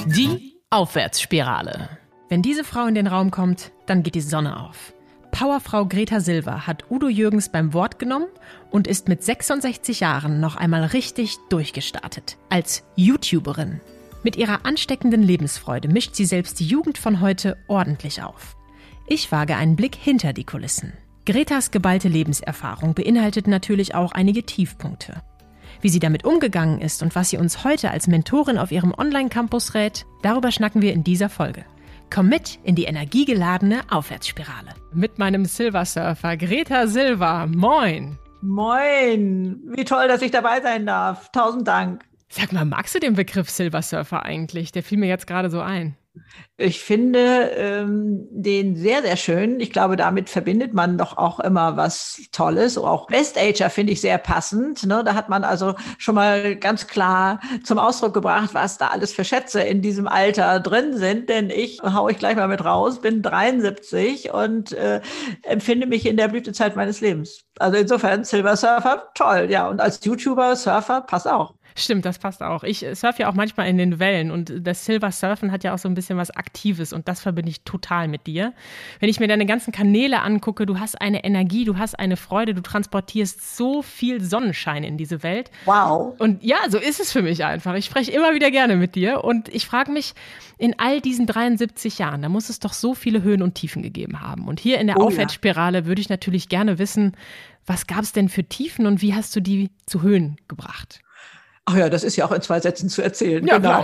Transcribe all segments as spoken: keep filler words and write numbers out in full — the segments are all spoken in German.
Die Aufwärtsspirale. Wenn diese Frau in den Raum kommt, dann geht die Sonne auf. Powerfrau Greta Silva hat Udo Jürgens beim Wort genommen und ist mit sechsundsechzig Jahren noch einmal richtig durchgestartet. Als YouTuberin. Mit ihrer ansteckenden Lebensfreude mischt sie selbst die Jugend von heute ordentlich auf. Ich wage einen Blick hinter die Kulissen. Gretas geballte Lebenserfahrung beinhaltet natürlich auch einige Tiefpunkte. Wie sie damit umgegangen ist und was sie uns heute als Mentorin auf ihrem Online-Campus rät, darüber schnacken wir in dieser Folge. Komm mit in die energiegeladene Aufwärtsspirale. Mit meinem Silversurfer Greta Silva. Moin! Moin! Wie toll, dass ich dabei sein darf. Tausend Dank. Sag mal, magst du den Begriff Silversurfer eigentlich? Der fiel mir jetzt gerade so ein. Ich finde ähm, den sehr, sehr schön. Ich glaube, damit verbindet man doch auch immer was Tolles. Auch Best-Ager finde ich sehr passend. Ne? Da hat man also schon mal ganz klar zum Ausdruck gebracht, was da alles für Schätze in diesem Alter drin sind. Denn ich, hau ich gleich mal mit raus, bin dreiundsiebzig und äh, empfinde mich in der Blütezeit meines Lebens. Also insofern Silver Surfer, toll. Ja, und als YouTuber, Surfer, passt auch. Stimmt, das passt auch. Ich surfe ja auch manchmal in den Wellen und das Silver Surfen hat ja auch so ein bisschen was Aktives und das verbinde ich total mit dir. Wenn ich mir deine ganzen Kanäle angucke, du hast eine Energie, du hast eine Freude, du transportierst so viel Sonnenschein in diese Welt. Wow. Und ja, so ist es für mich einfach. Ich spreche immer wieder gerne mit dir und ich frage mich, in all diesen dreiundsiebzig Jahren, da muss es doch so viele Höhen und Tiefen gegeben haben. Und hier in der oh, Aufwärtsspirale ja. würde ich natürlich gerne wissen, was gab es denn für Tiefen und wie hast du die zu Höhen gebracht? Ach ja, das ist ja auch in zwei Sätzen zu erzählen. Ja, genau.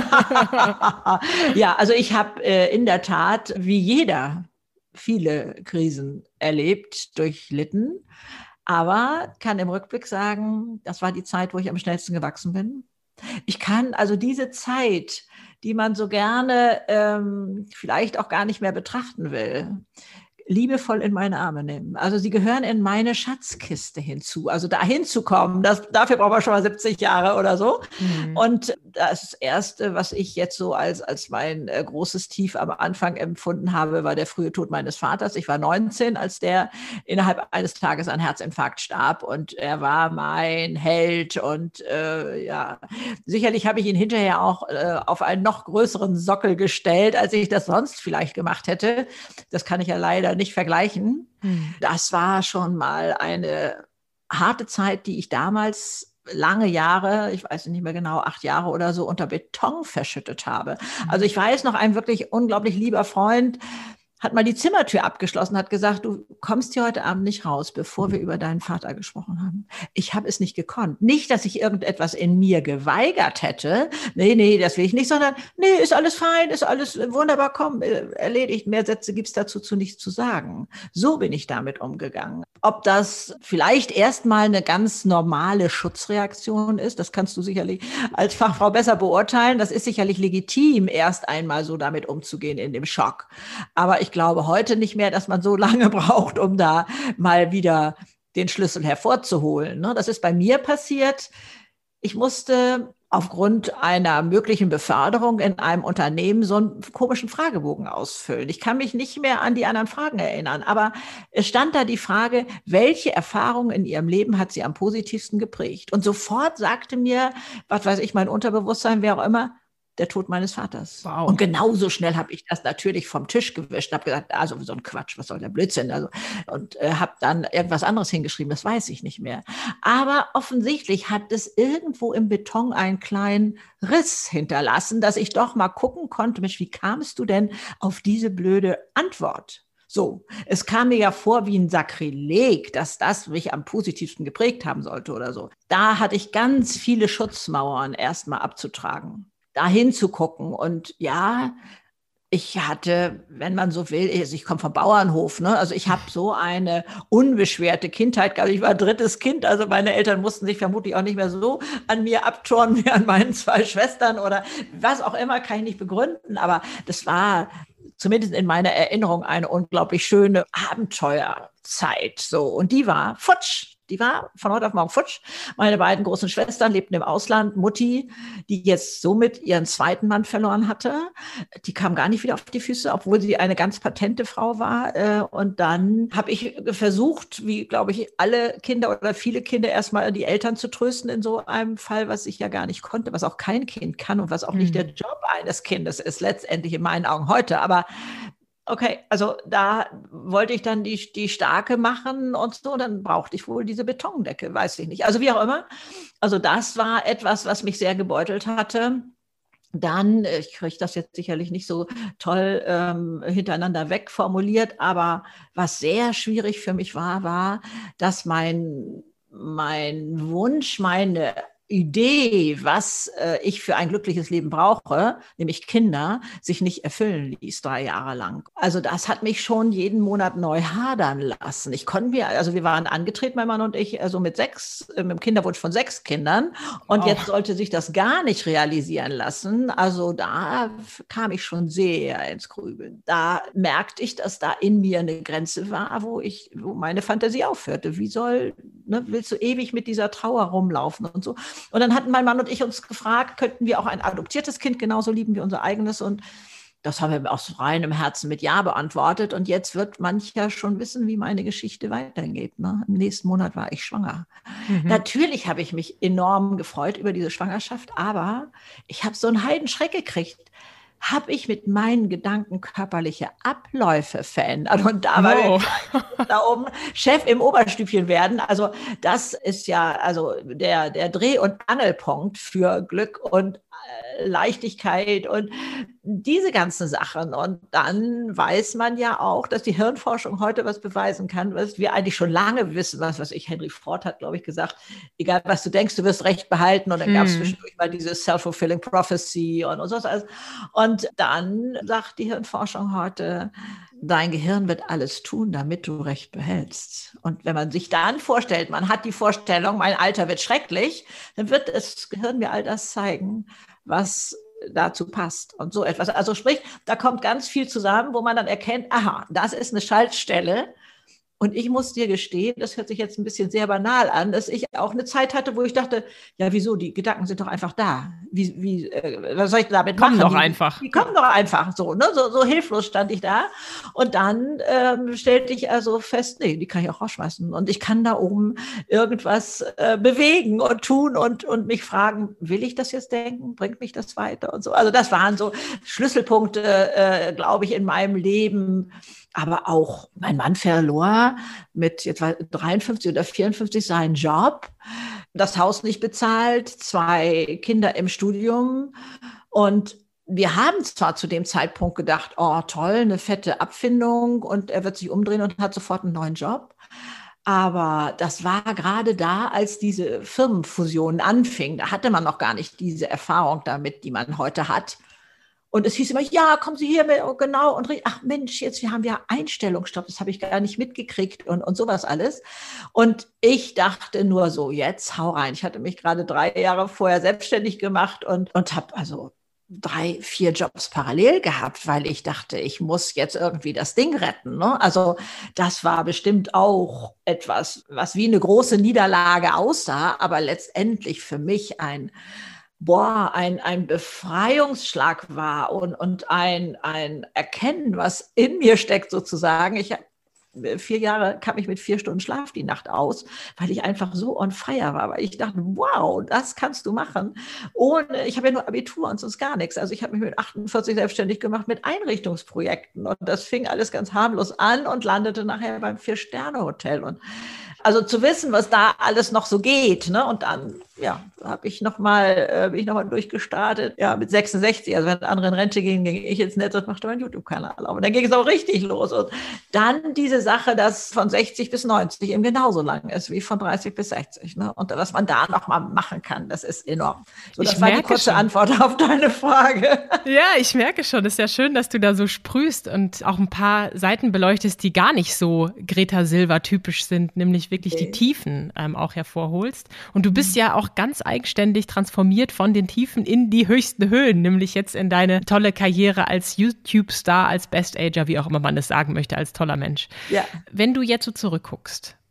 Ja, also ich habe äh, in der Tat, wie jeder, viele Krisen erlebt, durchlitten. Aber kann im Rückblick sagen, das war die Zeit, wo ich am schnellsten gewachsen bin. Ich kann also diese Zeit, die man so gerne ähm, vielleicht auch gar nicht mehr betrachten will, liebevoll in meine Arme nehmen. Also sie gehören in meine Schatzkiste hinzu. Also da hinzukommen, das, dafür braucht man schon mal siebzig Jahre oder so. Mhm. Und das Erste, was ich jetzt so als, als mein äh, großes Tief am Anfang empfunden habe, war der frühe Tod meines Vaters. Ich war neunzehn, als der innerhalb eines Tages an Herzinfarkt starb. Und er war mein Held. Und äh, ja, sicherlich habe ich ihn hinterher auch äh, auf einen noch größeren Sockel gestellt, als ich das sonst vielleicht gemacht hätte. Das kann ich ja leider nicht vergleichen. Hm. Das war schon mal eine harte Zeit, die ich damals lange Jahre, ich weiß nicht mehr genau, acht Jahre oder so, unter Beton verschüttet habe. Hm. Also ich weiß noch, ein wirklich unglaublich lieber Freund hat mal die Zimmertür abgeschlossen, hat gesagt, du kommst hier heute Abend nicht raus, bevor wir über deinen Vater gesprochen haben. Ich habe es nicht gekonnt. Nicht, dass ich irgendetwas in mir geweigert hätte. Nee, nee, das will ich nicht, sondern nee, ist alles fein, ist alles wunderbar, komm, erledigt. Mehr Sätze gibt's dazu zu nichts zu sagen. So bin ich damit umgegangen. Ob das vielleicht erstmal eine ganz normale Schutzreaktion ist, das kannst du sicherlich als Fachfrau besser beurteilen. Das ist sicherlich legitim, erst einmal so damit umzugehen in dem Schock. Aber ich glaube heute nicht mehr, dass man so lange braucht, um da mal wieder den Schlüssel hervorzuholen. Das ist bei mir passiert. Ich musste aufgrund einer möglichen Beförderung in einem Unternehmen so einen komischen Fragebogen ausfüllen. Ich kann mich nicht mehr an die anderen Fragen erinnern, aber es stand da die Frage, welche Erfahrung in ihrem Leben hat sie am positivsten geprägt? Und sofort sagte mir, was weiß ich, mein Unterbewusstsein, wer auch immer, der Tod meines Vaters. Wow. Und genauso schnell habe ich das natürlich vom Tisch gewischt und habe gesagt, also so ein Quatsch, was soll der Blödsinn? Also, und äh, habe dann irgendwas anderes hingeschrieben, das weiß ich nicht mehr. Aber offensichtlich hat es irgendwo im Beton einen kleinen Riss hinterlassen, dass ich doch mal gucken konnte, Mensch, wie kamst du denn auf diese blöde Antwort? So, es kam mir ja vor wie ein Sakrileg, dass das mich am positivsten geprägt haben sollte oder so. Da hatte ich ganz viele Schutzmauern erstmal abzutragen, da hinzugucken. Und ja, ich hatte, wenn man so will, also ich komme vom Bauernhof, ne? Also ich habe so eine unbeschwerte Kindheit gehabt. Ich war drittes Kind, also meine Eltern mussten sich vermutlich auch nicht mehr so an mir abturnen wie an meinen zwei Schwestern oder was auch immer, kann ich nicht begründen. Aber das war zumindest in meiner Erinnerung eine unglaublich schöne Abenteuerzeit. So, und die war futsch. Die war von heute auf morgen futsch. Meine beiden großen Schwestern lebten im Ausland. Mutti, die jetzt somit ihren zweiten Mann verloren hatte, die kam gar nicht wieder auf die Füße, obwohl sie eine ganz patente Frau war. Und dann habe ich versucht, wie, glaube ich, alle Kinder oder viele Kinder, erstmal die Eltern zu trösten in so einem Fall, was ich ja gar nicht konnte, was auch kein Kind kann und was auch nicht der Job eines Kindes ist, letztendlich in meinen Augen heute. Aber okay, also da wollte ich dann die, die Starke machen und so, dann brauchte ich wohl diese Betondecke, weiß ich nicht. Also wie auch immer. Also das war etwas, was mich sehr gebeutelt hatte. Dann, ich kriege das jetzt sicherlich nicht so toll ähm, hintereinander weg formuliert, aber was sehr schwierig für mich war, war, dass mein, mein Wunsch, meine Idee, was äh, ich für ein glückliches Leben brauche, nämlich Kinder, sich nicht erfüllen ließ, drei Jahre lang. Also das hat mich schon jeden Monat neu hadern lassen. Ich konnte mir, also wir waren angetreten, mein Mann und ich, also mit sechs, äh, mit dem Kinderwunsch von sechs Kindern. Und wow. Jetzt sollte sich das gar nicht realisieren lassen. Also da kam ich schon sehr ins Grübeln. Da merkte ich, dass da in mir eine Grenze war, wo ich, wo meine Fantasie aufhörte. Wie soll, ne, willst du ewig mit dieser Trauer rumlaufen und so? Und dann hatten mein Mann und ich uns gefragt, könnten wir auch ein adoptiertes Kind genauso lieben wie unser eigenes? Und das haben wir aus reinem Herzen mit Ja beantwortet. Und jetzt wird mancher schon wissen, wie meine Geschichte weitergeht. Ne? Im nächsten Monat war ich schwanger. Mhm. Natürlich habe ich mich enorm gefreut über diese Schwangerschaft, aber ich habe so einen Heidenschreck gekriegt. Habe ich mit meinen Gedanken körperliche Abläufe verändert. Und da war wow. wir da oben Chef im Oberstübchen werden. Also das ist ja also der, der Dreh- und Angelpunkt für Glück und Leichtigkeit und diese ganzen Sachen. Und dann weiß man ja auch, dass die Hirnforschung heute was beweisen kann, was wir eigentlich schon lange wissen, was, was ich, Henry Ford hat, glaube ich, gesagt, egal was du denkst, du wirst Recht behalten. Und dann hm. gab es zwischendurch mal diese Self-Fulfilling Prophecy und, und so was. Und dann sagt die Hirnforschung heute, dein Gehirn wird alles tun, damit du Recht behältst. Und wenn man sich dann vorstellt, man hat die Vorstellung, mein Alter wird schrecklich, dann wird das Gehirn mir all das zeigen, was dazu passt und so etwas. Also sprich, da kommt ganz viel zusammen, wo man dann erkennt, aha, das ist eine Schaltstelle. Und ich muss dir gestehen, das hört sich jetzt ein bisschen sehr banal an, dass ich auch eine Zeit hatte, wo ich dachte, ja, wieso, die Gedanken sind doch einfach da. Wie, wie, äh, was soll ich damit kommen machen? Doch die, einfach. Die kommen doch einfach so, ne? So, so hilflos stand ich da. Und dann ähm, stellte ich also fest, nee, die kann ich auch rausschmeißen. Und ich kann da oben irgendwas äh, bewegen und tun und, und mich fragen, will ich das jetzt denken? Bringt mich das weiter? Und so. Also das waren so Schlüsselpunkte, äh, glaube ich, in meinem Leben. Aber auch mein Mann verlor mit jetzt dreiundfünfzig oder vierundfünfzig seinen Job, das Haus nicht bezahlt, zwei Kinder im Studium. Und wir haben zwar zu dem Zeitpunkt gedacht, oh toll, eine fette Abfindung und er wird sich umdrehen und hat sofort einen neuen Job. Aber das war gerade da, als diese Firmenfusion anfing. Da hatte man noch gar nicht diese Erfahrung damit, die man heute hat. Und es hieß immer, ja, kommen Sie hier, oh, genau. Und ach Mensch, jetzt wir haben ja Einstellungsstopp, das habe ich gar nicht mitgekriegt und, und sowas alles. Und ich dachte nur so, jetzt hau rein. Ich hatte mich gerade drei Jahre vorher selbstständig gemacht und, und habe also drei, vier Jobs parallel gehabt, weil ich dachte, ich muss jetzt irgendwie das Ding retten. Ne? Also das war bestimmt auch etwas, was wie eine große Niederlage aussah, aber letztendlich für mich ein boah, ein, ein Befreiungsschlag war und, und ein, ein Erkennen, was in mir steckt sozusagen. Ich habe vier Jahre, kam ich mit vier Stunden Schlaf die Nacht aus, weil ich einfach so on fire war, weil ich dachte, wow, das kannst du machen. Ohne, ich habe ja nur Abitur und sonst gar nichts. Also ich habe mich mit achtundvierzig selbstständig gemacht mit Einrichtungsprojekten und das fing alles ganz harmlos an und landete nachher beim Vier-Sterne-Hotel. Und also zu wissen, was da alles noch so geht, ne? Und dann, ja, habe ich noch mal, äh, bin ich nochmal durchgestartet, ja, mit sechsundsechzig, also wenn andere in Rente gingen, ging ich ins Netz und machte meinen YouTube-Kanal auf. Und dann ging es auch richtig los. Und dann diese Sache, dass von sechzig bis neunzig eben genauso lang ist wie von dreißig bis sechzig, ne? Und was man da noch mal machen kann, das ist enorm. So, das ich war die kurze schon. Antwort auf deine Frage. Ja, ich merke schon, es ist ja schön, dass du da so sprühst und auch ein paar Seiten beleuchtest, die gar nicht so Greta Silva-typisch sind, nämlich wirklich okay. die Tiefen ähm, auch hervorholst. Und du bist ja auch ganz eigenständig transformiert von den Tiefen in die höchsten Höhen, nämlich jetzt in deine tolle Karriere als YouTube-Star, als Best-Ager, wie auch immer man es sagen möchte, als toller Mensch. Ja. Wenn du jetzt so zurückguckst,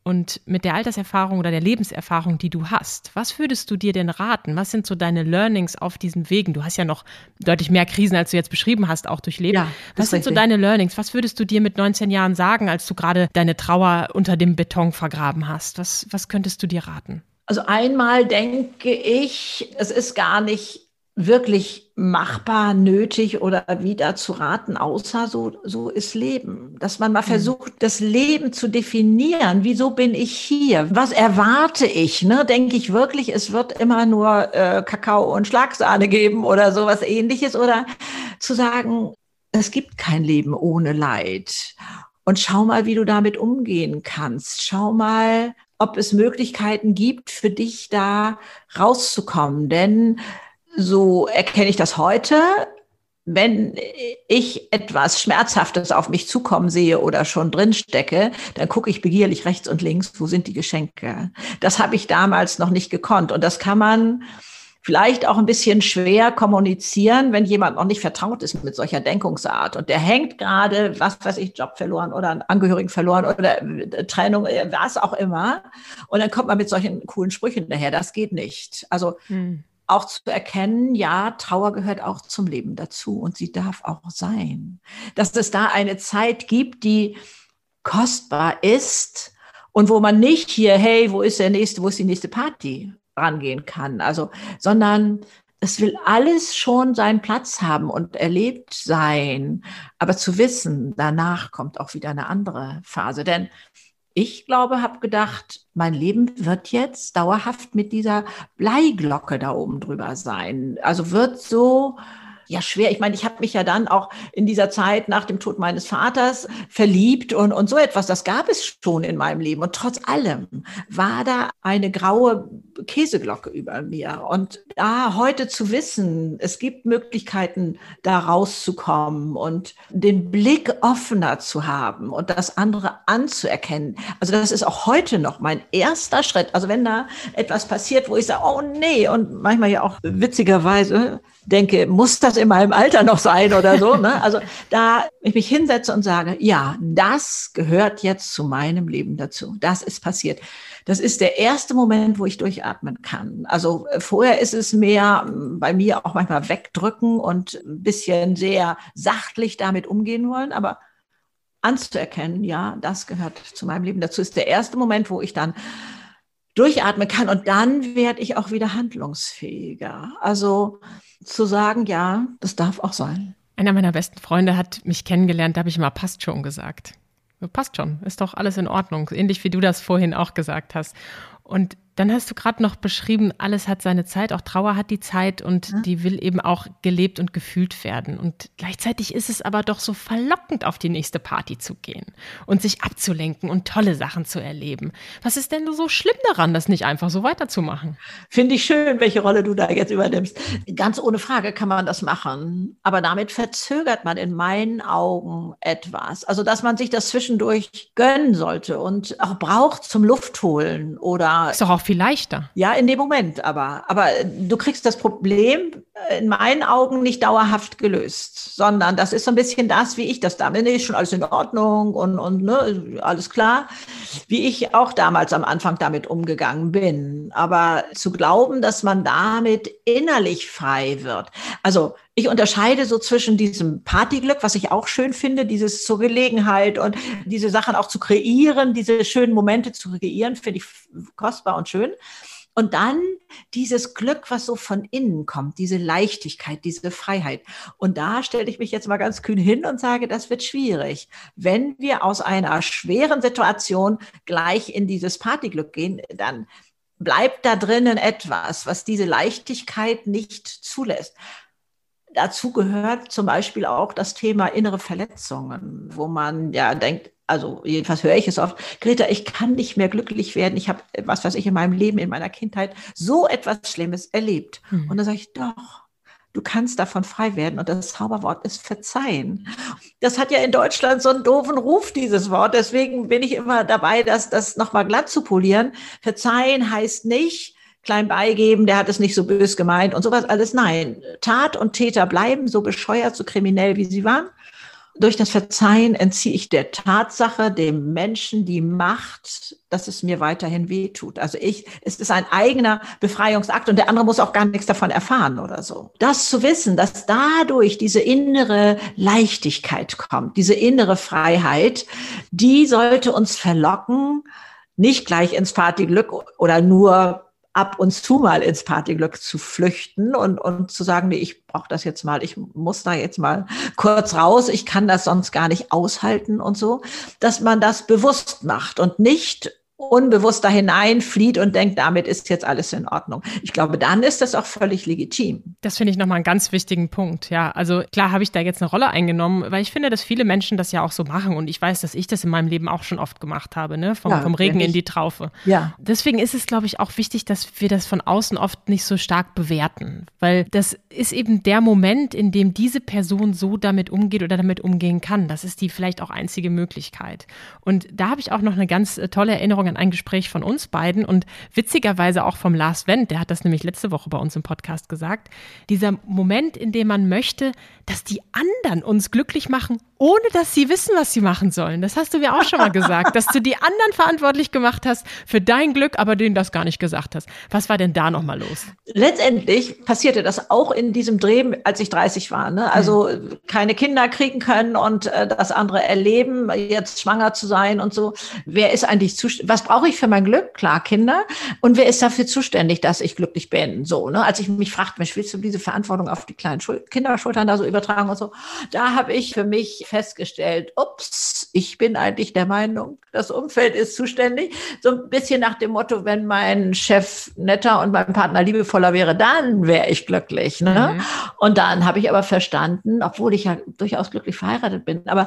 Und mit der Alterserfahrung oder der Lebenserfahrung, die du hast, was würdest du dir denn raten? Was sind so deine Learnings auf diesen Wegen? Du hast ja noch deutlich mehr Krisen, als du jetzt beschrieben hast, auch durchlebt. Ja, was sind richtig. so deine Learnings? Was würdest du dir mit neunzehn Jahren sagen, als du gerade deine Trauer unter dem Beton vergraben hast? Was, was könntest du dir raten? Also einmal denke ich, es ist gar nicht wirklich machbar, nötig oder wieder zu raten, außer so, so ist Leben. Dass man mal versucht, das Leben zu definieren. Wieso bin ich hier? Was erwarte ich? Ne? Denke ich wirklich, es wird immer nur äh, Kakao und Schlagsahne geben oder sowas Ähnliches? Oder zu sagen, es gibt kein Leben ohne Leid. Und schau mal, wie du damit umgehen kannst. Schau mal, ob es Möglichkeiten gibt, für dich da rauszukommen. Denn so erkenne ich das heute. Wenn ich etwas Schmerzhaftes auf mich zukommen sehe oder schon drin stecke, dann gucke ich begierlich rechts und links, wo sind die Geschenke? Das habe ich damals noch nicht gekonnt. Und das kann man vielleicht auch ein bisschen schwer kommunizieren, wenn jemand noch nicht vertraut ist mit solcher Denkungsart. Und der hängt gerade, was weiß ich, Job verloren oder einen Angehörigen verloren oder Trennung, was auch immer. Und dann kommt man mit solchen coolen Sprüchen daher. Das geht nicht. Also hm. Auch zu erkennen, ja, Trauer gehört auch zum Leben dazu und sie darf auch sein. Dass es da eine Zeit gibt, die kostbar ist und wo man nicht hier, hey, wo ist der nächste, wo ist die nächste Party, rangehen kann. Also, sondern es will alles schon seinen Platz haben und erlebt sein. Aber zu wissen, danach kommt auch wieder eine andere Phase. Denn ich glaube, habe gedacht, mein Leben wird jetzt dauerhaft mit dieser Bleiglocke da oben drüber sein. Also wird so, ja, schwer. Ich meine, ich habe mich ja dann auch in dieser Zeit nach dem Tod meines Vaters verliebt und, und so etwas. Das gab es schon in meinem Leben. Und trotz allem war da eine graue Käseglocke über mir. Und da heute zu wissen, es gibt Möglichkeiten, da rauszukommen und den Blick offener zu haben und das andere anzuerkennen. Also das ist auch heute noch mein erster Schritt. Also wenn da etwas passiert, wo ich sage, oh nee, und manchmal ja auch witzigerweise denke, muss das in meinem Alter noch sein oder so? Ne? Also da ich mich hinsetze und sage, ja, das gehört jetzt zu meinem Leben dazu. Das ist passiert. Das ist der erste Moment, wo ich durchatmen kann. Also vorher ist es mehr bei mir auch manchmal wegdrücken und ein bisschen sehr sachlich damit umgehen wollen, aber anzuerkennen, ja, das gehört zu meinem Leben dazu. Ist der erste Moment, wo ich dann durchatmen kann und dann werde ich auch wieder handlungsfähiger. Also zu sagen, ja, das darf auch sein. Einer meiner besten Freunde hat mich kennengelernt, da habe ich immer, passt schon gesagt. Passt schon, ist doch alles in Ordnung, ähnlich wie du das vorhin auch gesagt hast. Und dann hast du gerade noch beschrieben, alles hat seine Zeit, auch Trauer hat die Zeit und ja. die will eben auch gelebt und gefühlt werden. Und gleichzeitig ist es aber doch so verlockend, auf die nächste Party zu gehen und sich abzulenken und tolle Sachen zu erleben. Was ist denn so schlimm daran, das nicht einfach so weiterzumachen? Finde ich schön, welche Rolle du da jetzt übernimmst. Ganz ohne Frage kann man das machen, aber damit verzögert man in meinen Augen etwas. Also, dass man sich das zwischendurch gönnen sollte und auch braucht zum Luftholen oder ist doch auch viel leichter. Ja, in dem Moment aber. Aber du kriegst das Problem in meinen Augen nicht dauerhaft gelöst, sondern das ist so ein bisschen das, wie ich das damals, nee, ist schon alles in Ordnung und, und ne, alles klar, wie ich auch damals am Anfang damit umgegangen bin. Aber zu glauben, dass man damit innerlich frei wird. Also ich unterscheide so zwischen diesem Partyglück, was ich auch schön finde, dieses zur Gelegenheit und diese Sachen auch zu kreieren, diese schönen Momente zu kreieren, finde ich kostbar und schön. Und dann dieses Glück, was so von innen kommt, diese Leichtigkeit, diese Freiheit. Und da stelle ich mich jetzt mal ganz kühn hin und sage, das wird schwierig. Wenn wir aus einer schweren Situation gleich in dieses Partyglück gehen, dann bleibt da drinnen etwas, was diese Leichtigkeit nicht zulässt. Dazu gehört zum Beispiel auch das Thema innere Verletzungen, wo man ja denkt, also jedenfalls höre ich es oft, Greta, ich kann nicht mehr glücklich werden. Ich habe, was weiß ich, in meinem Leben, in meiner Kindheit so etwas Schlimmes erlebt. Mhm. Und dann sage ich, doch, du kannst davon frei werden. Und das Zauberwort ist verzeihen. Das hat ja in Deutschland so einen doofen Ruf, dieses Wort. Deswegen bin ich immer dabei, das, das nochmal glatt zu polieren. Verzeihen heißt nicht, klein beigeben, der hat es nicht so böse gemeint und sowas alles. Nein, Tat und Täter bleiben so bescheuert, so kriminell, wie sie waren. durch das Verzeihen entziehe ich der Tatsache, dem Menschen die Macht, dass es mir weiterhin wehtut. Also ich, es ist ein eigener Befreiungsakt und der andere muss auch gar nichts davon erfahren oder so. Das zu wissen, dass dadurch diese innere Leichtigkeit kommt, diese innere Freiheit, die sollte uns verlocken, nicht gleich ins Partyglück oder nur ab und zu mal ins Partyglück zu flüchten und, und zu sagen, nee, ich brauche das jetzt mal, ich muss da jetzt mal kurz raus, ich kann das sonst gar nicht aushalten und so, dass man das bewusst macht und nicht unbewusst da hineinflieht und denkt, damit ist jetzt alles in Ordnung. Ich glaube, dann ist das auch völlig legitim. Das finde ich nochmal einen ganz wichtigen Punkt. Ja, also klar habe ich da jetzt eine Rolle eingenommen, weil ich finde, dass viele Menschen das ja auch so machen und ich weiß, dass ich das in meinem Leben auch schon oft gemacht habe, ne? Vom, ja, vom Regen in die Traufe. Ja. Deswegen ist es, glaube ich, auch wichtig, dass wir das von außen oft nicht so stark bewerten, weil das ist eben der Moment, in dem diese Person so damit umgeht oder damit umgehen kann. Das ist die vielleicht auch einzige Möglichkeit. Und da habe ich auch noch eine ganz tolle Erinnerung an ein Gespräch von uns beiden und witzigerweise auch vom Lars Wendt, der hat das nämlich letzte Woche bei uns im Podcast gesagt, dieser Moment, in dem man möchte, dass die anderen uns glücklich machen, ohne dass sie wissen, was sie machen sollen. Das hast du mir auch schon mal gesagt, dass du die anderen verantwortlich gemacht hast für dein Glück, aber denen das gar nicht gesagt hast. Was war denn da nochmal los? Letztendlich passierte das auch in diesem Dreh, als ich dreißig war. Ne? Also mhm. keine Kinder kriegen können und äh, das andere erleben, jetzt schwanger zu sein und so. Wer ist eigentlich zuständig? Was brauche ich für mein Glück? Klar, Kinder. Und wer ist dafür zuständig, dass ich glücklich bin? So, ne? Als ich mich fragte, Mensch, willst du diese Verantwortung auf die kleinen Schul- Kinderschultern da so übertragen und so? Da habe ich für mich festgestellt, ups, ich bin eigentlich der Meinung, das Umfeld ist zuständig. So ein bisschen nach dem Motto, wenn mein Chef netter und mein Partner liebevoller wäre, dann wäre ich glücklich. Ne? Mhm. Und dann habe ich aber verstanden, obwohl ich ja durchaus glücklich verheiratet bin, aber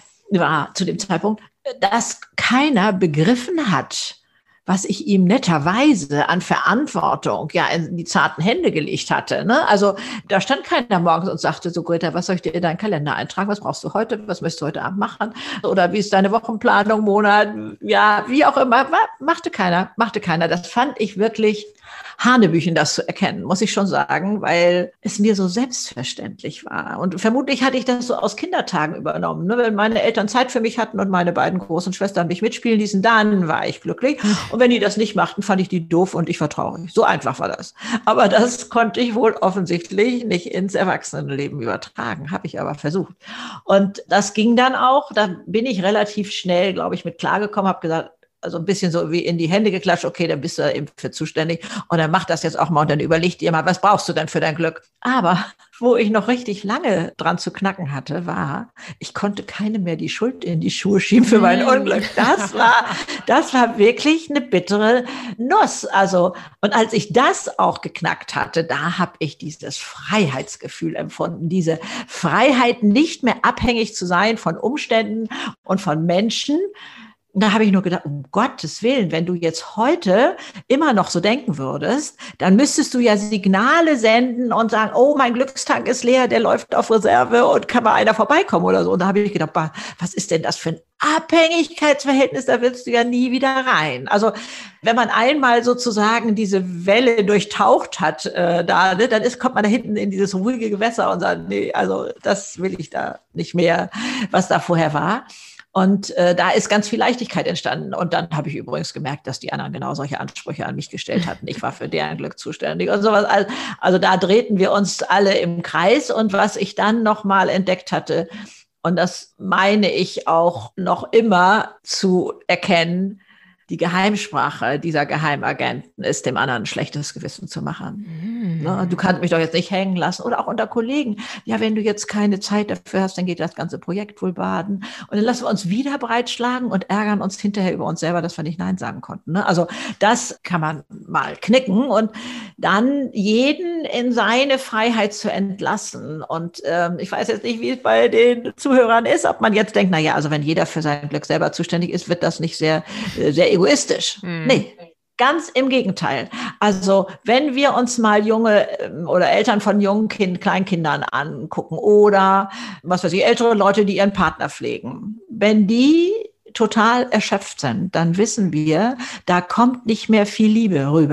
war zu dem Zeitpunkt, dass keiner begriffen hat, was ich ihm netterweise an Verantwortung ja in die zarten Hände gelegt hatte. Ne? Also da stand keiner morgens und sagte so, Greta, was soll ich dir in deinen Kalender eintragen? Was brauchst du heute? Was möchtest du heute Abend machen? Oder wie ist deine Wochenplanung, Monat? Ja, wie auch immer. Machte keiner, machte keiner. Das fand ich wirklich Hanebüchen, das zu erkennen, muss ich schon sagen, weil es mir so selbstverständlich war. Und vermutlich hatte ich das so aus Kindertagen übernommen. Ne? Wenn meine Eltern Zeit für mich hatten und meine beiden großen Schwestern mich mitspielen ließen, dann war ich glücklich. Und wenn die das nicht machten, fand ich die doof und ich war traurig. So einfach war das. Aber das konnte ich wohl offensichtlich nicht ins Erwachsenenleben übertragen, habe ich aber versucht. Und das ging dann auch, da bin ich relativ schnell, glaube ich, mit klargekommen, habe gesagt, also ein bisschen so wie in die Hände geklatscht, okay, dann bist du eben für zuständig und dann mach das jetzt auch mal und dann überleg dir mal, was brauchst du denn für dein Glück? Aber wo ich noch richtig lange dran zu knacken hatte, war, ich konnte keinem mehr die Schuld in die Schuhe schieben für mein Unglück. Das war, das war wirklich eine bittere Nuss. Also, und als ich das auch geknackt hatte, da habe ich dieses Freiheitsgefühl empfunden, diese Freiheit, nicht mehr abhängig zu sein von Umständen und von Menschen. Da habe ich nur gedacht, um Gottes Willen, wenn du jetzt heute immer noch so denken würdest, dann müsstest du ja Signale senden und sagen, oh, mein Glückstank ist leer, der läuft auf Reserve und kann mal einer vorbeikommen oder so. Und da habe ich gedacht, was ist denn das für ein Abhängigkeitsverhältnis? Da willst du ja nie wieder rein. Also wenn man einmal sozusagen diese Welle durchtaucht hat, äh, da, ne, dann ist, kommt man da hinten in dieses ruhige Gewässer und sagt, nee, also das will ich da nicht mehr, was da vorher war. Und äh, da ist ganz viel Leichtigkeit entstanden. Und dann habe ich übrigens gemerkt, dass die anderen genau solche Ansprüche an mich gestellt hatten. Ich war für deren Glück zuständig und sowas. Also, also da drehten wir uns alle im Kreis. Und was ich dann nochmal entdeckt hatte, und das meine ich auch noch immer zu erkennen, die Geheimsprache dieser Geheimagenten ist, dem anderen ein schlechtes Gewissen zu machen. Mm. Ne? Du kannst mich doch jetzt nicht hängen lassen. Oder auch unter Kollegen. Ja, wenn du jetzt keine Zeit dafür hast, dann geht das ganze Projekt wohl baden. Und dann lassen wir uns wieder breitschlagen und ärgern uns hinterher über uns selber, dass wir nicht Nein sagen konnten. Ne? Also das kann man mal knicken und dann jeden in seine Freiheit zu entlassen. Und ähm, ich weiß jetzt nicht, wie es bei den Zuhörern ist, ob man jetzt denkt, na ja, also wenn jeder für sein Glück selber zuständig ist, wird das nicht sehr, sehr egoistisch. Hm. Nee, ganz im Gegenteil. Also wenn wir uns mal junge oder Eltern von jungen kind, Kleinkindern angucken oder was weiß ich, ältere Leute, die ihren Partner pflegen, wenn die total erschöpft sind, dann wissen wir, da kommt nicht mehr viel Liebe rüber.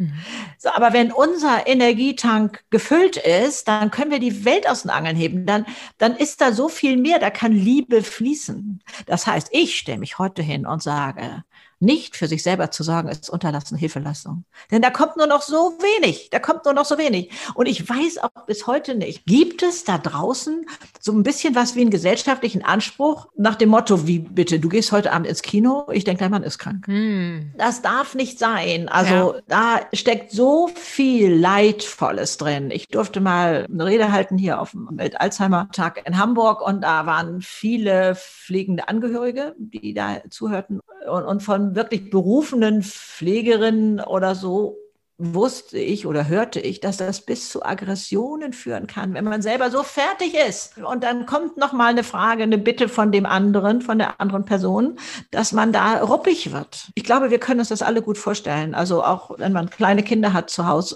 Mhm. So, aber wenn unser Energietank gefüllt ist, dann können wir die Welt aus den Angeln heben. Dann, dann ist da so viel mehr, da kann Liebe fließen. Das heißt, ich stelle mich heute hin und sage, nicht für sich selber zu sorgen, ist unterlassene Hilfeleistung. Denn da kommt nur noch so wenig, da kommt nur noch so wenig. Und ich weiß auch bis heute nicht, gibt es da draußen so ein bisschen was wie einen gesellschaftlichen Anspruch nach dem Motto, wie bitte, du gehst heute Abend ins Kino, ich denke, dein Mann ist krank. Hm. Das darf nicht sein. Also ja. Da steckt so viel Leidvolles drin. Ich durfte mal eine Rede halten hier auf dem Alzheimer-Tag in Hamburg und da waren viele pflegende Angehörige, die da zuhörten und, und von wirklich berufenen Pflegerinnen oder so wusste ich oder hörte ich, dass das bis zu Aggressionen führen kann, wenn man selber so fertig ist. Und dann kommt noch mal eine Frage, eine Bitte von dem anderen, von der anderen Person, dass man da ruppig wird. Ich glaube, wir können uns das alle gut vorstellen. Also auch wenn man kleine Kinder hat zu Hause,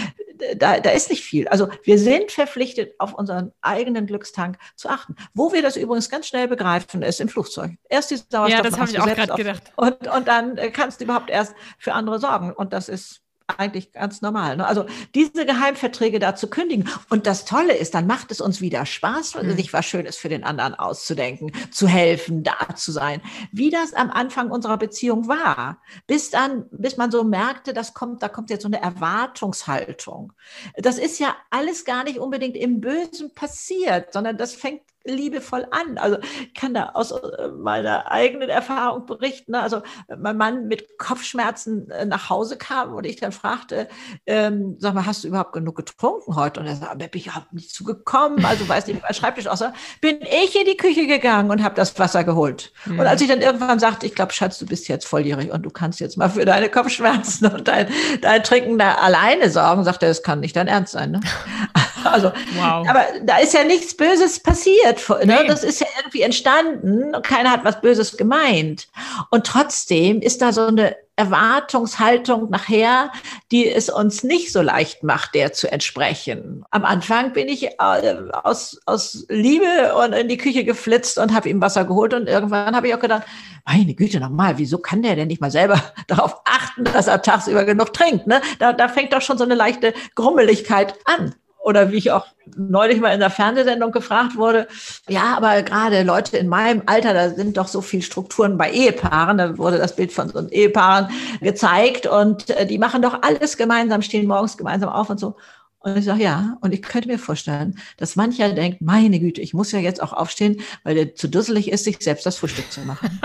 Da, da ist nicht viel. Also wir sind verpflichtet, auf unseren eigenen Glückstank zu achten. Wo wir das übrigens ganz schnell begreifen, ist im Flugzeug. Erst die Sauerstoff. Ja, das habe ich auch gerade gedacht. Und, und dann kannst du überhaupt erst für andere sorgen. Und das ist eigentlich ganz normal. Ne? Also diese Geheimverträge da zu kündigen. Und das Tolle ist, dann macht es uns wieder Spaß, mhm. sich was Schönes für den anderen auszudenken, zu helfen, da zu sein. Wie das am Anfang unserer Beziehung war. Bis dann, bis man so merkte, das kommt, da kommt jetzt so eine Erwartungshaltung. Das ist ja alles gar nicht unbedingt im Bösen passiert, sondern das fängt liebevoll an. Also ich kann da aus meiner eigenen Erfahrung berichten. Also mein Mann mit Kopfschmerzen nach Hause kam und ich dann fragte, ähm, sag mal, hast du überhaupt genug getrunken heute? Und er sagte, ich habe nicht zugekommen, also weiß nicht, wie mein Schreibtisch aussah. Bin ich in die Küche gegangen und habe das Wasser geholt. Mhm. Und als ich dann irgendwann sagte, ich glaube, Schatz, du bist jetzt volljährig und du kannst jetzt mal für deine Kopfschmerzen und dein, dein Trinken da alleine sorgen, sagte er, das kann nicht dein Ernst sein. Ne? Also, wow. Aber da ist ja nichts Böses passiert. Ne? Nee. Das ist ja irgendwie entstanden und keiner hat was Böses gemeint. Und trotzdem ist da so eine Erwartungshaltung nachher, die es uns nicht so leicht macht, der zu entsprechen. Am Anfang bin ich aus, aus Liebe und in die Küche geflitzt und habe ihm Wasser geholt und irgendwann habe ich auch gedacht, meine Güte, nochmal, wieso kann der denn nicht mal selber darauf achten, dass er tagsüber genug trinkt? Ne? Da, da fängt doch schon so eine leichte Grummeligkeit an. Oder wie ich auch neulich mal in der Fernsehsendung gefragt wurde, ja, aber gerade Leute in meinem Alter, da sind doch so viele Strukturen bei Ehepaaren, da wurde das Bild von so einem Ehepaaren gezeigt und die machen doch alles gemeinsam, stehen morgens gemeinsam auf und so. Und ich sage, ja, und ich könnte mir vorstellen, dass mancher denkt, meine Güte, ich muss ja jetzt auch aufstehen, weil der zu dusselig ist, sich selbst das Frühstück zu machen.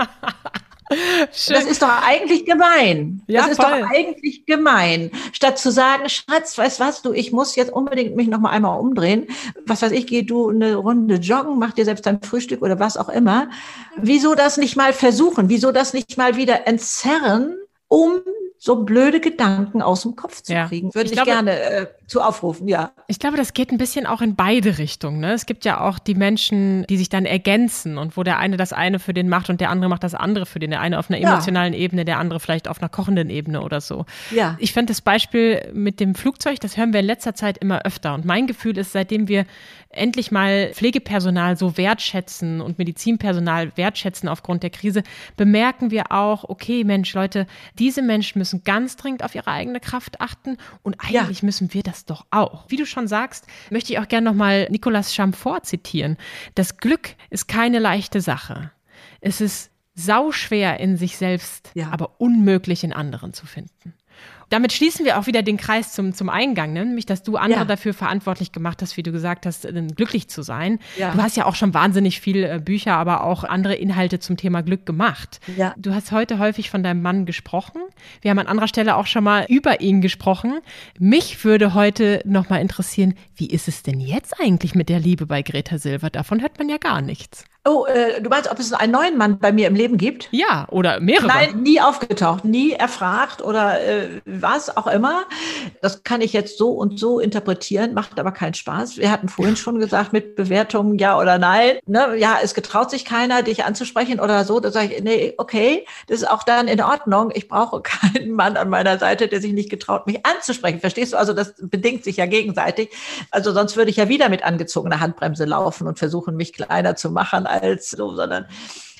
Schön. Das ist doch eigentlich gemein. Ja, das ist voll. doch eigentlich gemein. Statt zu sagen, Schatz, weißt was du, ich muss jetzt unbedingt mich noch mal einmal umdrehen. Was weiß ich, geh du eine Runde joggen, mach dir selbst dein Frühstück oder was auch immer. Wieso das nicht mal versuchen? Wieso das nicht mal wieder entzerren, um so blöde Gedanken aus dem Kopf zu ja. kriegen? Würde ich, ich glaube, gerne äh, zu aufrufen, ja. Ich glaube, das geht ein bisschen auch in beide Richtungen. Ne? Es gibt ja auch die Menschen, die sich dann ergänzen und wo der eine das eine für den macht und der andere macht das andere für den. Der eine auf einer emotionalen ja. Ebene, der andere vielleicht auf einer kochenden Ebene oder so. Ja. Ich fand das Beispiel mit dem Flugzeug, das hören wir in letzter Zeit immer öfter. Und mein Gefühl ist, seitdem wir endlich mal Pflegepersonal so wertschätzen und Medizinpersonal wertschätzen aufgrund der Krise, bemerken wir auch, okay, Mensch, Leute, diese Menschen müssen ganz dringend auf ihre eigene Kraft achten und eigentlich ja. müssen wir das doch auch. Wie du schon sagst, möchte ich auch gerne nochmal Nicolas Chamfort zitieren. Das Glück ist keine leichte Sache. Es ist sauschwer in sich selbst, ja. aber unmöglich in anderen zu finden. Damit schließen wir auch wieder den Kreis zum, zum Eingang, ne? Nämlich, dass du andere ja. dafür verantwortlich gemacht hast, wie du gesagt hast, glücklich zu sein. Ja. Du hast ja auch schon wahnsinnig viele Bücher, aber auch andere Inhalte zum Thema Glück gemacht. Ja. Du hast heute häufig von deinem Mann gesprochen. Wir haben an anderer Stelle auch schon mal über ihn gesprochen. Mich würde heute noch mal interessieren, wie ist es denn jetzt eigentlich mit der Liebe bei Greta Silver? Davon hört man ja gar nichts. Oh, äh, du meinst, ob es einen neuen Mann bei mir im Leben gibt? Ja, oder mehrere. Nein, nie aufgetaucht, nie erfragt oder äh, was auch immer. Das kann ich jetzt so und so interpretieren, macht aber keinen Spaß. Wir hatten vorhin schon gesagt, mit Bewertungen ja oder nein. Ne? Ja, es getraut sich keiner, dich anzusprechen oder so. Da sage ich, nee, okay, das ist auch dann in Ordnung. Ich brauche keinen Mann an meiner Seite, der sich nicht getraut, mich anzusprechen. Verstehst du? Also das bedingt sich ja gegenseitig. Also sonst würde ich ja wieder mit angezogener Handbremse laufen und versuchen, mich kleiner zu machen als so, sondern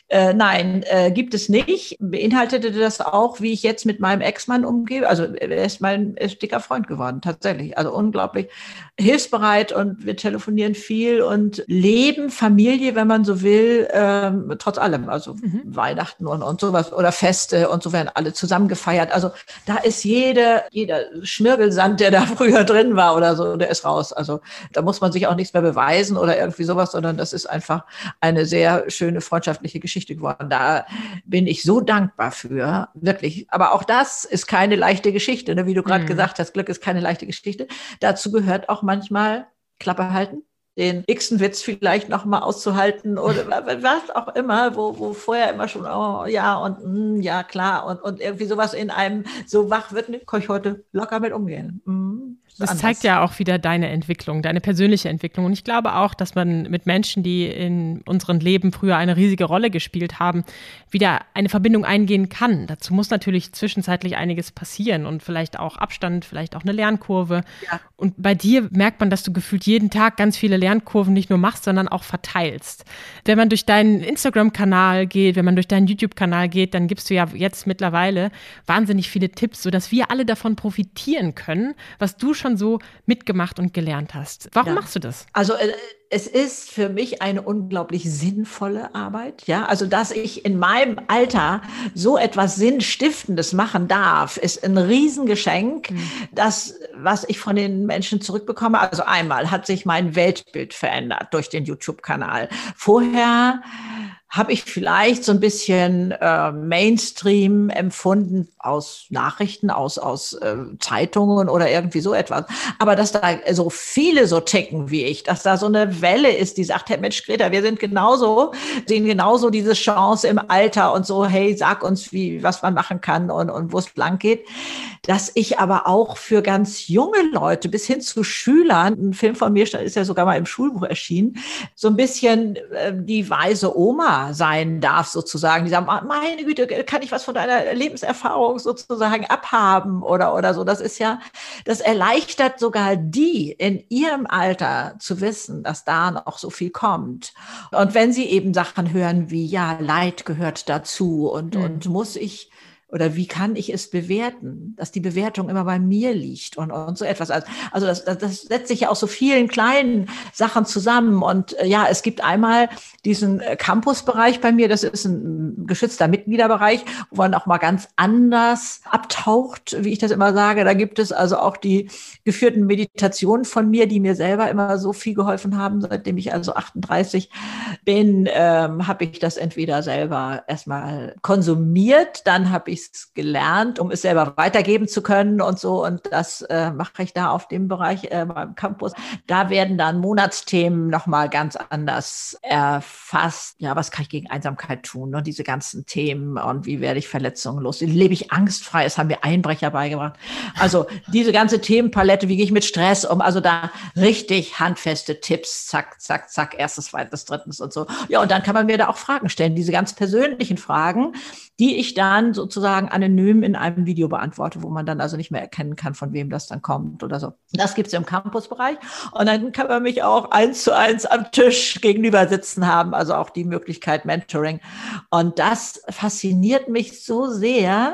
Äh, nein, äh, gibt es nicht. Beinhaltete das auch, wie ich jetzt mit meinem Ex-Mann umgehe? Also er ist mein er ist dicker Freund geworden, tatsächlich. Also unglaublich hilfsbereit und wir telefonieren viel und leben Familie, wenn man so will, ähm, trotz allem. Also mhm. Weihnachten und, und sowas oder Feste und so werden alle zusammen gefeiert. Also da ist jede, jeder Schmirgelsand, der da früher drin war oder so, der ist raus. Also da muss man sich auch nichts mehr beweisen oder irgendwie sowas, sondern das ist einfach eine sehr schöne freundschaftliche Geschichte geworden. Da bin ich so dankbar für, wirklich. Aber auch das ist keine leichte Geschichte, ne? Wie du gerade mm. gesagt hast, Glück ist keine leichte Geschichte. Dazu gehört auch manchmal Klappe halten, den x-ten Witz vielleicht noch mal auszuhalten oder was auch immer, wo, wo vorher immer schon, oh ja und mm, ja klar und, und irgendwie sowas in einem so wach wird, ne, kann ich heute locker mit umgehen. Mm. Das zeigt ja auch wieder deine Entwicklung, deine persönliche Entwicklung. Und ich glaube auch, dass man mit Menschen, die in unserem Leben früher eine riesige Rolle gespielt haben, wieder eine Verbindung eingehen kann. Dazu muss natürlich zwischenzeitlich einiges passieren und vielleicht auch Abstand, vielleicht auch eine Lernkurve. Ja. Und bei dir merkt man, dass du gefühlt jeden Tag ganz viele Lernkurven nicht nur machst, sondern auch verteilst. Wenn man durch deinen Instagram-Kanal geht, wenn man durch deinen YouTube-Kanal geht, dann gibst du ja jetzt mittlerweile wahnsinnig viele Tipps, sodass wir alle davon profitieren können, was du schon so mitgemacht und gelernt hast. Warum ja. machst du das? Also äh, es ist für mich eine unglaublich sinnvolle Arbeit. Ja, also dass ich in meinem Alter so etwas Sinnstiftendes machen darf, ist ein Riesengeschenk. Mhm. Das, was ich von den Menschen zurückbekomme, also einmal hat sich mein Weltbild verändert durch den YouTube-Kanal. Vorher habe ich vielleicht so ein bisschen äh, Mainstream empfunden aus Nachrichten, aus, aus äh, Zeitungen oder irgendwie so etwas. Aber dass da so viele so ticken wie ich, dass da so eine Welle ist, die sagt, hey Mensch, Greta, wir sind genauso, sehen genauso diese Chance im Alter und so, hey, sag uns, wie, was man machen kann und, und wo es lang geht. Dass ich aber auch für ganz junge Leute bis hin zu Schülern, ein Film von mir ist ja sogar mal im Schulbuch erschienen, so ein bisschen äh, die weise Oma sein darf sozusagen. Die sagen, meine Güte, kann ich was von deiner Lebenserfahrung sozusagen abhaben oder, oder so. Das ist ja, das erleichtert sogar die in ihrem Alter zu wissen, dass da noch so viel kommt. Und wenn sie eben Sachen hören wie, ja, Leid gehört dazu und, mhm. und muss ich oder wie kann ich es bewerten, dass die Bewertung immer bei mir liegt und, und so etwas. Also, also das, das, das setzt sich ja aus so vielen kleinen Sachen zusammen. Und äh, ja, es gibt einmal diesen Campusbereich bei mir, das ist ein geschützter Mitgliederbereich, wo man auch mal ganz anders abtaucht, wie ich das immer sage. Da gibt es also auch die geführten Meditationen von mir, die mir selber immer so viel geholfen haben. Seitdem ich also achtunddreißig bin, ähm, habe ich das entweder selber erstmal konsumiert, dann habe ich es gelernt, um es selber weitergeben zu können und so. Und das äh, mache ich da auf dem Bereich äh, beim Campus. Da werden dann Monatsthemen nochmal ganz anders erfasst. Ja, was kann ich gegen Einsamkeit tun? Und diese ganzen Themen und wie werde ich Verletzungen los? Wie lebe ich angstfrei? Das haben mir Einbrecher beigebracht. Also diese ganze Themenpalette, wie gehe ich mit Stress um? Also da richtig handfeste Tipps, zack, zack, zack, erstes, zweites, drittens und so. Ja, und dann kann man mir da auch Fragen stellen, diese ganz persönlichen Fragen, die ich dann sozusagen anonym in einem Video beantworte, wo man dann also nicht mehr erkennen kann, von wem das dann kommt oder so. Das gibt es im Campusbereich. Und dann kann man mich auch eins zu eins am Tisch gegenüber sitzen haben, also auch die Möglichkeit Mentoring. Und das fasziniert mich so sehr,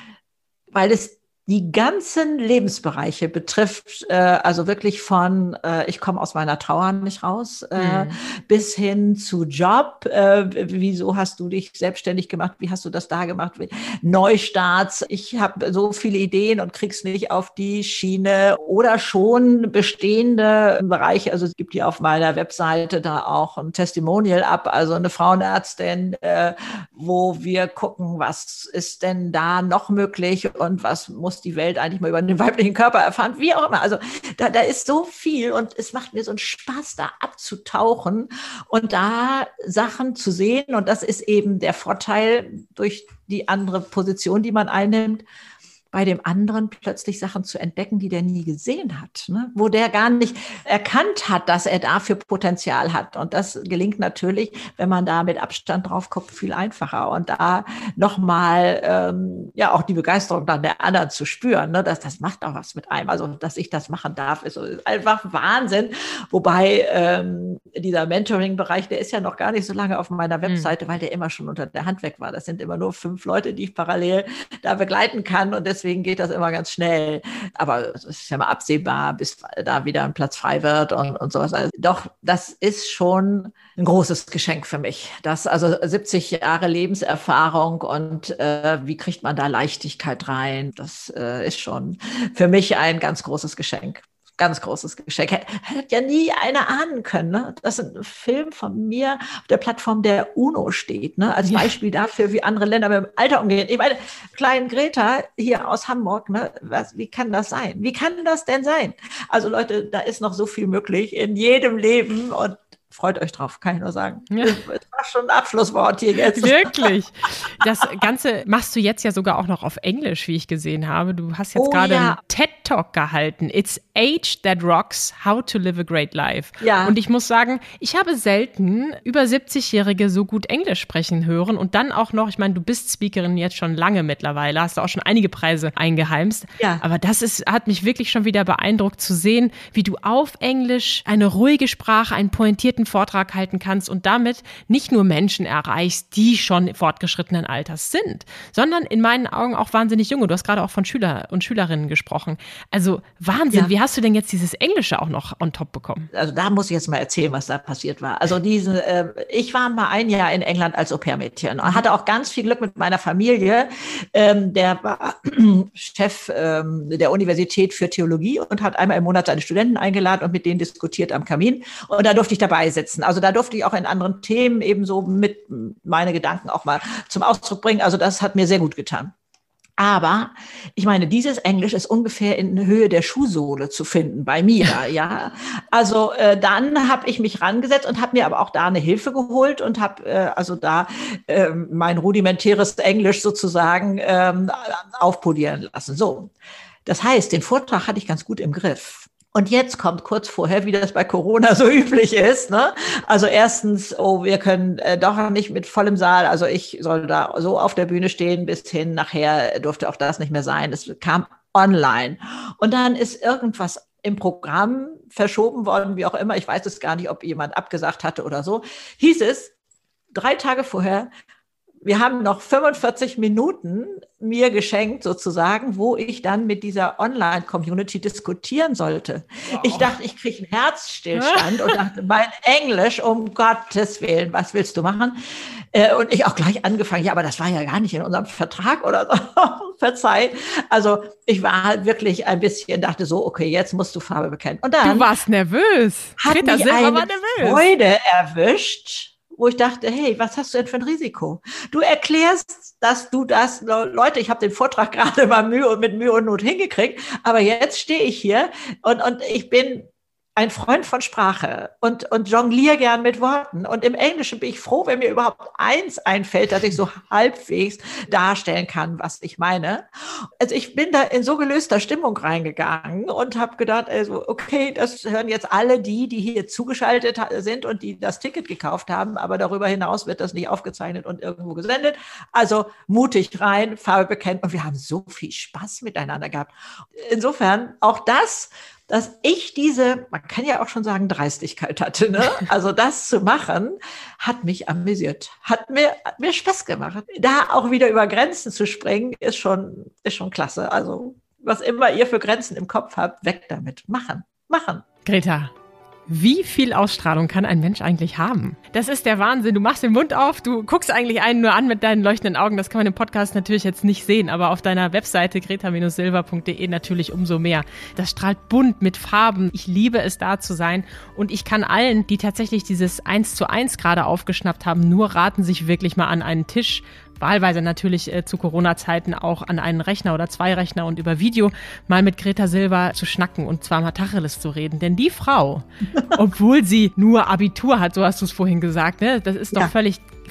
weil es die ganzen Lebensbereiche betrifft, äh, also wirklich von, äh, ich komme aus meiner Trauer nicht raus, äh, mhm. bis hin zu Job. Äh, wieso hast du dich selbstständig gemacht? Wie hast du das da gemacht? Neustarts. Ich habe so viele Ideen und krieg's nicht auf die Schiene oder schon bestehende Bereiche. Also es gibt hier auf meiner Webseite da auch ein Testimonial ab, also eine Frauenärztin, äh, wo wir gucken, was ist denn da noch möglich und was muss die Welt eigentlich mal über den weiblichen Körper erfahren, wie auch immer. Also da, da ist so viel und es macht mir so einen Spaß, da abzutauchen und da Sachen zu sehen. Und das ist eben der Vorteil durch die andere Position, die man einnimmt. bei dem anderen plötzlich Sachen zu entdecken, die der nie gesehen hat, ne? Wo der gar nicht erkannt hat, dass er dafür Potenzial hat. Und das gelingt natürlich, wenn man da mit Abstand drauf guckt, viel einfacher. Und da nochmal ähm, ja auch die Begeisterung dann der anderen zu spüren, ne? Das, das macht auch was mit einem. Also, dass ich das machen darf, ist einfach Wahnsinn. Wobei ähm, dieser Mentoring-Bereich, der ist ja noch gar nicht so lange auf meiner Webseite, mhm. weil der immer schon unter der Hand weg war. Das sind immer nur fünf Leute, die ich parallel da begleiten kann. Und deswegen geht das immer ganz schnell. Aber es ist ja mal absehbar, bis da wieder ein Platz frei wird und, und sowas. Also doch, das ist schon ein großes Geschenk für mich. Das, also siebzig Jahre Lebenserfahrung und äh, wie kriegt man da Leichtigkeit rein? Das äh, ist schon für mich ein ganz großes Geschenk. Ganz großes Geschenk. Hätte ja nie einer ahnen können, ne? Dass ein Film von mir auf der Plattform der UNO steht, ne? Als Beispiel dafür, wie andere Länder mit dem Alter umgehen. Ich meine, kleinen Greta hier aus Hamburg, ne? Was, wie kann das sein? Wie kann das denn sein? Also Leute, da ist noch so viel möglich in jedem Leben und freut euch drauf, kann ich nur sagen. Ja. Das war schon ein Abschlusswort hier jetzt. Wirklich. Das Ganze machst du jetzt ja sogar auch noch auf Englisch, wie ich gesehen habe. Du hast jetzt oh, gerade ja. einen TED-Talk gehalten. It's Age That Rocks, How to Live a Great Life. Ja. Und ich muss sagen, ich habe selten über siebzigjährige so gut Englisch sprechen hören und dann auch noch, ich meine, du bist Speakerin jetzt schon lange mittlerweile, hast du auch schon einige Preise eingeheimst. Ja. Aber das ist, hat mich wirklich schon wieder beeindruckt zu sehen, wie du auf Englisch eine ruhige Sprache, einen pointierten Vortrag halten kannst und damit nicht nur Menschen erreichst, die schon fortgeschrittenen Alters sind, sondern in meinen Augen auch wahnsinnig junge. Du hast gerade auch von Schüler und Schülerinnen gesprochen. Also Wahnsinn, ja. Wie hast du denn jetzt dieses Englische auch noch on top bekommen? Also da muss ich jetzt mal erzählen, was da passiert war. Also diese, äh, ich war mal ein Jahr in England als Au-pair-Mädchen und hatte auch ganz viel Glück mit meiner Familie. Ähm, der war Chef ähm, der Universität für Theologie und hat einmal im Monat seine Studenten eingeladen und mit denen diskutiert am Kamin. Und da durfte ich dabei sitzen. Also da durfte ich auch in anderen Themen ebenso mit meine Gedanken auch mal zum Ausdruck bringen. Also das hat mir sehr gut getan. Aber ich meine, dieses Englisch ist ungefähr in Höhe der Schuhsohle zu finden bei mir. Ja, also äh, dann habe ich mich rangesetzt und habe mir aber auch da eine Hilfe geholt und habe äh, also da äh, mein rudimentäres Englisch sozusagen äh, aufpolieren lassen. So, das heißt, den Vortrag hatte ich ganz gut im Griff. Und jetzt kommt kurz vorher, wie das bei Corona so üblich ist, ne? Also erstens, oh, wir können äh, doch nicht mit vollem Saal, also ich soll da so auf der Bühne stehen, bis hin nachher durfte auch das nicht mehr sein. Es kam online. Und dann ist irgendwas im Programm verschoben worden, wie auch immer. Ich weiß es gar nicht, ob jemand abgesagt hatte oder so. Hieß es, drei Tage vorher, wir haben noch fünfundvierzig Minuten mir geschenkt sozusagen, wo ich dann mit dieser Online-Community diskutieren sollte. Wow. Ich dachte, ich kriege einen Herzstillstand und dachte, mein Englisch, um Gottes Willen, was willst du machen? Äh, und ich auch gleich angefangen, ja, aber das war ja gar nicht in unserem Vertrag oder so. Verzeih. Also ich war halt wirklich ein bisschen, dachte so, okay, jetzt musst du Farbe bekennen. Und dann du warst nervös. Hat Greta mich eine war nervös. Freude erwischt, wo ich dachte, hey, was hast du denn für ein Risiko? Du erklärst, dass du das, Leute, ich habe den Vortrag gerade mal Mühe und mit Mühe und Not hingekriegt, aber jetzt stehe ich hier und, und ich bin ein Freund von Sprache und, und jongliere gern mit Worten. Und im Englischen bin ich froh, wenn mir überhaupt eins einfällt, dass ich so halbwegs darstellen kann, was ich meine. Also ich bin da in so gelöster Stimmung reingegangen und habe gedacht, also okay, das hören jetzt alle die, die hier zugeschaltet sind und die das Ticket gekauft haben, aber darüber hinaus wird das nicht aufgezeichnet und irgendwo gesendet. Also mutig rein, Farbe bekennen und wir haben so viel Spaß miteinander gehabt. Insofern auch das, dass ich diese, man kann ja auch schon sagen, Dreistigkeit hatte, ne? Also das zu machen, hat mich amüsiert, hat mir, hat mir Spaß gemacht. Da auch wieder über Grenzen zu springen, ist schon, ist schon klasse. Also was immer ihr für Grenzen im Kopf habt, weg damit. Machen, machen. Greta, wie viel Ausstrahlung kann ein Mensch eigentlich haben? Das ist der Wahnsinn. Du machst den Mund auf, du guckst eigentlich einen nur an mit deinen leuchtenden Augen. Das kann man im Podcast natürlich jetzt nicht sehen, aber auf deiner Webseite greta Silva punkt de natürlich umso mehr. Das strahlt bunt mit Farben. Ich liebe es, da zu sein. Und ich kann allen, die tatsächlich dieses eins zu eins gerade aufgeschnappt haben, nur raten, sich wirklich mal an einen Tisch, wahlweise natürlich äh, zu Corona-Zeiten auch an einen Rechner oder zwei Rechner und über Video mal mit Greta Silva zu schnacken und zwar mal Tacheles zu reden. Denn die Frau, obwohl sie nur Abitur hat, so hast du es vorhin gesagt, ne, das ist doch ja. völlig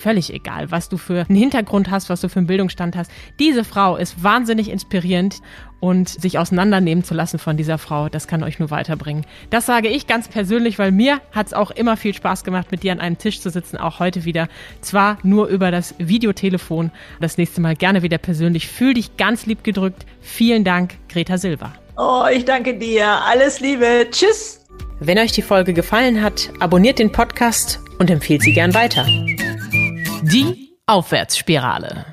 völlig egal, was du für einen Hintergrund hast, was du für einen Bildungsstand hast. Diese Frau ist wahnsinnig inspirierend und sich auseinandernehmen zu lassen von dieser Frau, das kann euch nur weiterbringen. Das sage ich ganz persönlich, weil mir hat es auch immer viel Spaß gemacht, mit dir an einem Tisch zu sitzen, auch heute wieder. Zwar nur über das Videotelefon, das nächste Mal gerne wieder persönlich. Fühl dich ganz lieb gedrückt. Vielen Dank, Greta Silva. Oh, ich danke dir. Alles Liebe. Tschüss. Wenn euch die Folge gefallen hat, abonniert den Podcast und empfehlt sie gern weiter. Die Aufwärtsspirale.